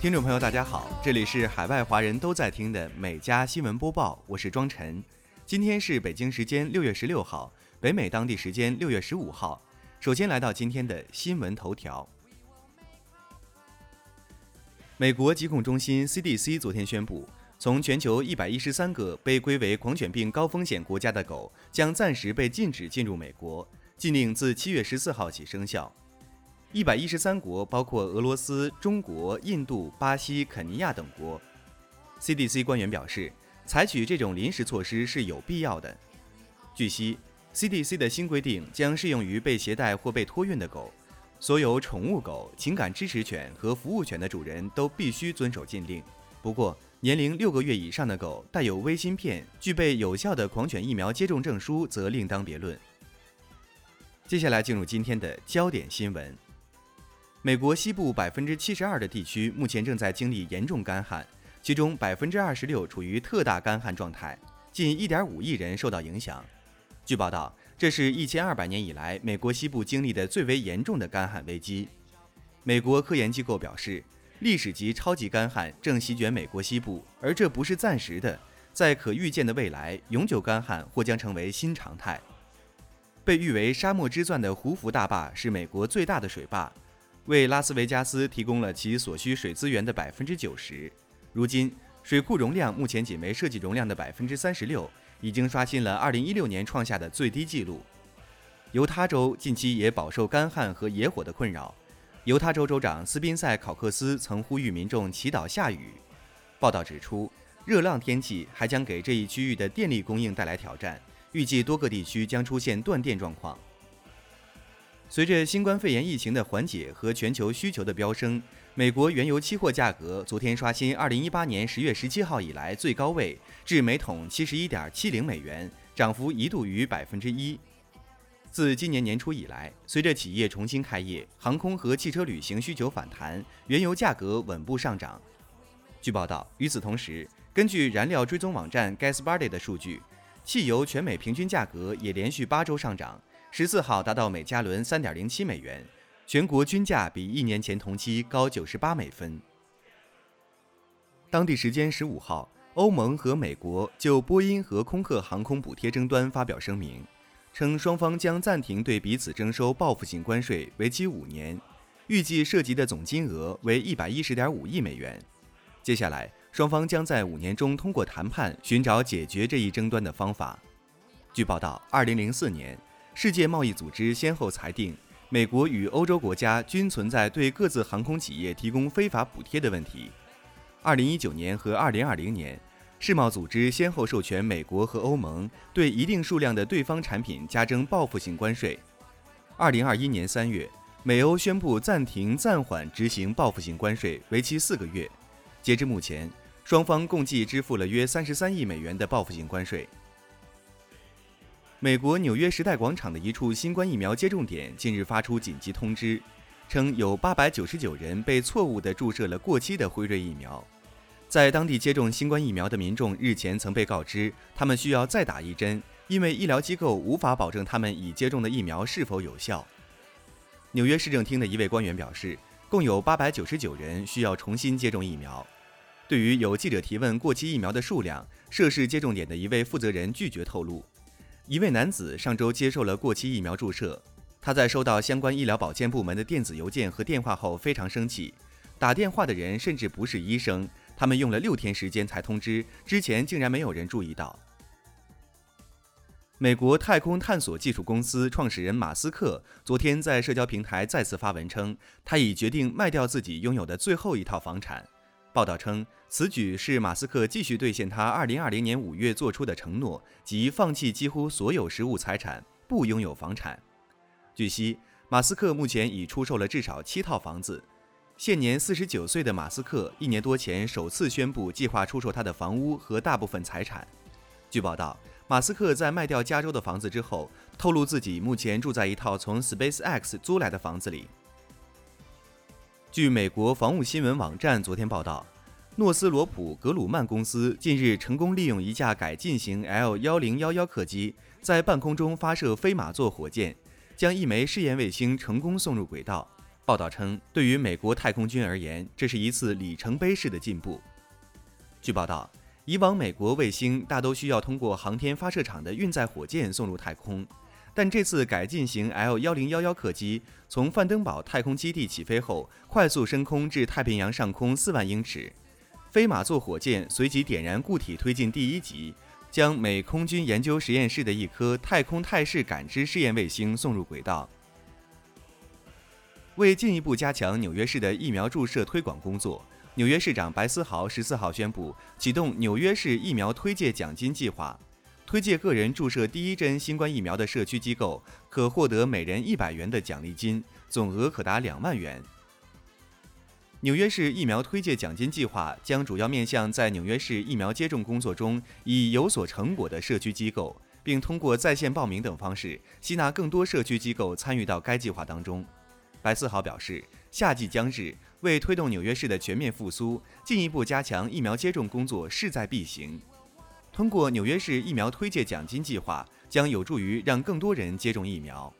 听众朋友大家好，这里是海外华人都在听的每家新闻播报，我是庄晨。今天是北京时间6月16号，北美当地时间6月15号。首先来到今天的新闻头条。美国疾控中心 CDC 昨天宣布，从全球113个被归为狂犬病高风险国家的狗将暂时被禁止进入美国，禁令自7月14号起生效。113国包括俄罗斯、中国、印度、巴西、肯尼亚等国。CDC 官员表示，采取这种临时措施是有必要的。据悉， CDC 的新规定将适用于被携带或被托运的狗，所有宠物狗、情感支持犬和服务犬的主人都必须遵守禁令。不过，年龄6个月以上的狗带有微芯片、具备有效的狂犬疫苗接种证书则另当别论。接下来进入今天的焦点新闻。美国西部72%的地区目前正在经历严重干旱，其中26%处于特大干旱状态，近1.5亿人受到影响。据报道，这是1200年以来美国西部经历的最为严重的干旱危机。美国科研机构表示，历史级超级干旱正席卷美国西部，而这不是暂时的，在可预见的未来，永久干旱或将成为新常态。被誉为沙漠之钻的胡佛大坝是美国最大的水坝，为拉斯维加斯提供了其所需水资源的90%。如今，水库容量目前仅为设计容量的36%，已经刷新了2016年创下的最低纪录。犹他州近期也饱受干旱和野火的困扰。犹他州州长斯宾塞考克斯曾呼吁民众祈祷下雨。报道指出，热浪天气还将给这一区域的电力供应带来挑战，预计多个地区将出现断电状况。随着新冠肺炎疫情的缓解和全球需求的飙升，美国原油期货价格昨天刷新2018年10月17号以来最高位，至每桶71.70美元，涨幅一度逾1%。自今年年初以来，随着企业重新开业，航空和汽车旅行需求反弹，原油价格稳步上涨。据报道，与此同时，根据燃料追踪网站 GasBuddy 的数据，汽油全美平均价格也连续8周上涨，14号达到每加仑3.07美元，全国均价比1年前同期高98美分。当地时间15号，欧盟和美国就波音和空客航空补贴争端发表声明，称双方将暂停对彼此征收报复性关税，为期5年，预计涉及的总金额为110.5亿美元。接下来，双方将在5年中通过谈判寻找解决这一争端的方法。据报道，2004年，世界贸易组织先后裁定，美国与欧洲国家均存在对各自航空企业提供非法补贴的问题。2019年和2020年，世贸组织先后授权美国和欧盟对一定数量的对方产品加征报复性关税。2021年3月，美欧宣布暂缓执行报复性关税，为期4个月。截至目前，双方共计支付了约33亿美元的报复性关税。美国纽约时代广场的一处新冠疫苗接种点近日发出紧急通知，称有899人被错误地注射了过期的辉瑞疫苗。在当地接种新冠疫苗的民众日前曾被告知，他们需要再打一针，因为医疗机构无法保证他们已接种的疫苗是否有效。纽约市政厅的一位官员表示，共有899人需要重新接种疫苗。对于有记者提问过期疫苗的数量，涉事接种点的一位负责人拒绝透露。一位男子上周接受了过期疫苗注射，他在收到相关医疗保健部门的电子邮件和电话后非常生气，打电话的人甚至不是医生，他们用了6天时间才通知，之前竟然没有人注意到。美国太空探索技术公司创始人马斯克昨天在社交平台再次发文称，他已决定卖掉自己拥有的最后一套房产。报道称，此举是马斯克继续兑现他2020年5月做出的承诺，即放弃几乎所有实物财产，不拥有房产。据悉，马斯克目前已出售了至少7套房子。现年49岁的马斯克1年多前首次宣布计划出售他的房屋和大部分财产。据报道，马斯克在卖掉加州的房子之后，透露自己目前住在一套从 SpaceX 租来的房子里。据美国防务新闻网站昨天报道，诺斯罗普格鲁曼公司近日成功利用一架改进型 L1011客机，在半空中发射飞马座火箭，将一枚试验卫星成功送入轨道。 报道称，对于美国太空军而言，这是一次里程碑式的进步。据报道，以往美国卫星大都需要通过航天发射场的运载火箭送入太空，但这次改进型 L1011客机从范登堡太空基地起飞后，快速升空至太平洋上空4万英尺。飞马座火箭随即点燃固体推进第1级，将美空军研究实验室的一颗太空态势感知试验卫星送入轨道。为进一步加强纽约市的疫苗注射推广工作，纽约市长白思豪14号宣布启动纽约市疫苗推介奖金计划，推介个人注射第1针新冠疫苗的社区机构可获得每人100元的奖励金，总额可达2万元。纽约市疫苗推介奖金计划将主要面向在纽约市疫苗接种工作中已有所成果的社区机构，并通过在线报名等方式吸纳更多社区机构参与到该计划当中。白思豪表示，夏季将至，为推动纽约市的全面复苏，进一步加强疫苗接种工作势在必行。通过纽约市疫苗推介奖金计划，将有助于让更多人接种疫苗。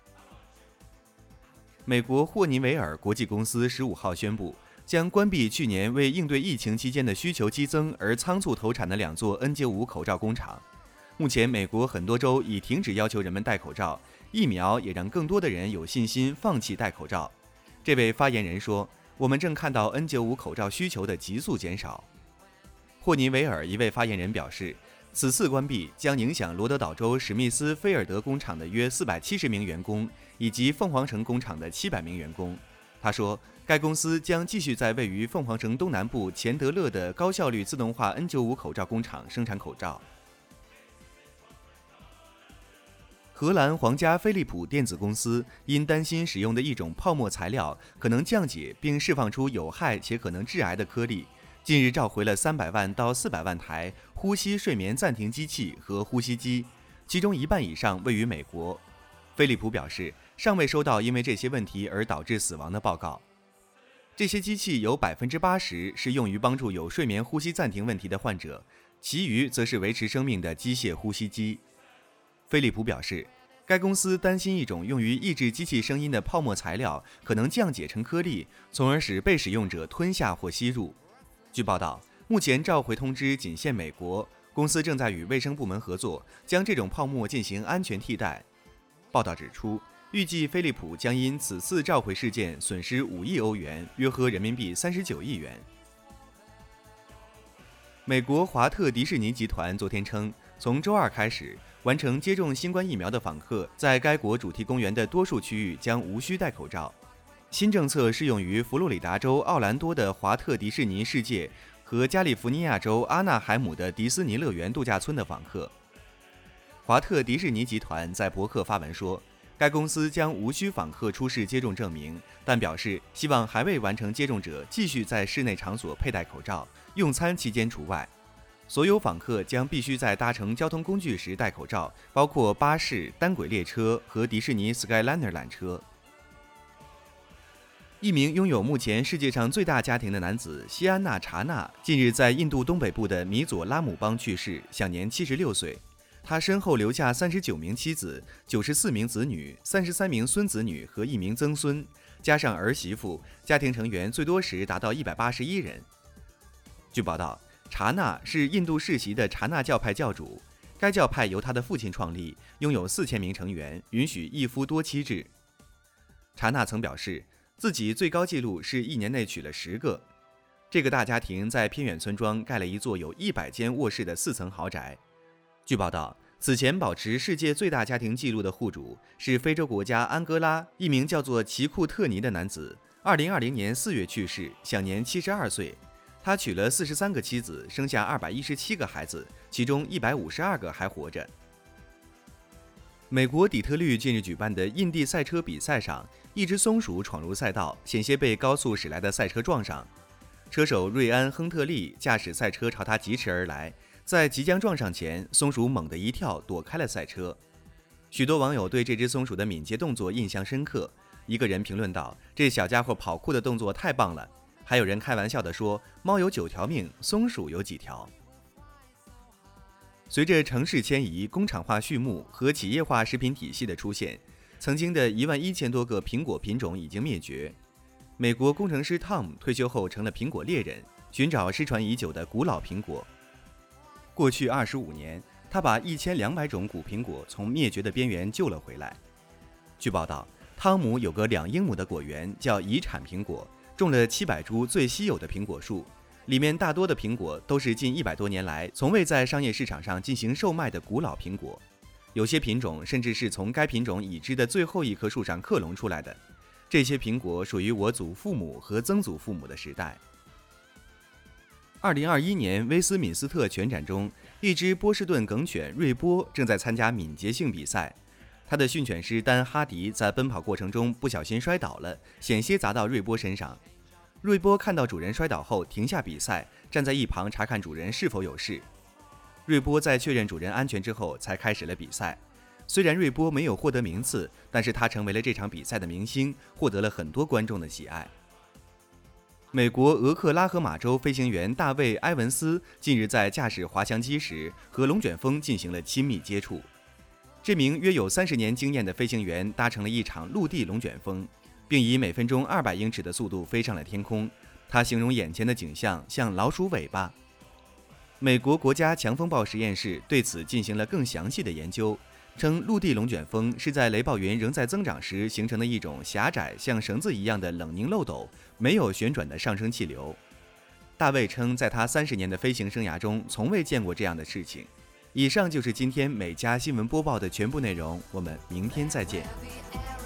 美国霍尼韦尔国际公司15号宣布，将关闭去年为应对疫情期间的需求激增而仓促投产的2座 N95 口罩工厂。目前，美国很多州已停止要求人们戴口罩，疫苗也让更多的人有信心放弃戴口罩。这位发言人说：“我们正看到 N95 口罩需求的急速减少。”霍尼韦尔一位发言人表示，此次关闭将影响罗德岛州史密斯菲尔德工厂的约470名员工，以及凤凰城工厂的700名员工。他说，该公司将继续在位于凤凰城东南部钱德勒的高效率自动化 N95 口罩工厂生产口罩。荷兰皇家飞利浦电子公司因担心使用的一种泡沫材料可能降解并释放出有害且可能致癌的颗粒，近日召回了300万到400万台呼吸睡眠暂停机器和呼吸机，其中1半以上位于美国。飞利浦表示，尚未收到因为这些问题而导致死亡的报告。这些机器有 80% 是用于帮助有睡眠呼吸暂停问题的患者，其余则是维持生命的机械呼吸机。飞利浦表示，该公司担心一种用于抑制机器声音的泡沫材料可能降解成颗粒，从而使被使用者吞下或吸入。据报道，目前召回通知仅限美国，公司正在与卫生部门合作，将这种泡沫进行安全替代。报道指出，预计飞利浦将因此次召回事件损失5亿欧元，约合人民币39亿元。美国华特迪士尼集团昨天称，从周二开始，完成接种新冠疫苗的访客在该国主题公园的多数区域将无需戴口罩。新政策适用于佛罗里达州奥兰多的华特迪士尼世界和加利福尼亚州阿纳海姆的迪斯尼乐园度假村的访客。华特迪士尼集团在博客发文说，该公司将无需访客出示接种证明，但表示希望还未完成接种者继续在室内场所佩戴口罩，用餐期间除外。所有访客将必须在搭乘交通工具时戴口罩，包括巴士、单轨列车和迪士尼 Skyliner 缆车。一名拥有目前世界上最大家庭的男子西安纳查纳近日在印度东北部的米佐拉姆邦去世，享年76岁。他身后留下39名妻子、94名子女、33名孙子女和1名曾孙，加上儿媳妇，家庭成员最多时达到181人。据报道，查纳是印度世袭的查纳教派教主，该教派由他的父亲创立，拥有4000名成员，允许一夫多妻制。查纳曾表示，自己最高纪录是1年内娶了10个。这个大家庭在偏远村庄盖了一座有100间卧室的4层豪宅。据报道，此前保持世界最大家庭纪录的户主是非洲国家安哥拉一名叫做奇库特尼的男子，2020年4月去世，享年72岁。他娶了43个妻子，生下217个孩子，其中152个还活着。美国底特律近日举办的印地赛车比赛上，一只松鼠闯入赛道，险些被高速驶来的赛车撞上。车手瑞安·亨特利驾驶赛车朝他疾驰而来，在即将撞上前，松鼠猛地一跳，躲开了赛车。许多网友对这只松鼠的敏捷动作印象深刻。一个人评论道：“这小家伙跑酷的动作太棒了。”还有人开玩笑地说：“猫有9条命，松鼠有几条？”随着城市迁移、工厂化畜牧和企业化食品体系的出现， 曾经的11000多个苹果品种已经灭绝。美国工程师汤姆退休后成了苹果猎人，寻找失传已久的古老苹果。过去25年，他把1200种古苹果从灭绝的边缘救了回来。据报道，汤姆有个2英亩的果园，叫遗产苹果，种了700株最稀有的苹果树，里面大多的苹果都是近100多年来从未在商业市场上进行售卖的古老苹果，有些品种甚至是从该品种已知的最后一棵树上克隆出来的。这些苹果属于我祖父母和曾祖父母的时代。2021年威斯敏斯特犬展中，一只波士顿梗犬瑞波正在参加敏捷性比赛。他的训犬师丹哈迪在奔跑过程中不小心摔倒了，险些砸到瑞波身上。瑞波看到主人摔倒后停下比赛，站在一旁查看主人是否有事。瑞波在确认主人安全之后才开始了比赛。虽然瑞波没有获得名次，但是他成为了这场比赛的明星，获得了很多观众的喜爱。美国俄克拉荷马州飞行员大卫·埃文斯近日在驾驶滑翔机时和龙卷风进行了亲密接触。这名约有30年经验的飞行员搭乘了一场陆地龙卷风，并以每分钟200英尺的速度飞上了天空。他形容眼前的景象像老鼠尾巴。美国国家强风暴实验室对此进行了更详细的研究，称陆地龙卷风是在雷暴云仍在增长时形成的一种狭窄像绳子一样的冷凝漏斗，没有旋转的上升气流。大卫称，在他30年的飞行生涯中从未见过这样的事情。以上就是今天每家新闻播报的全部内容，我们明天再见。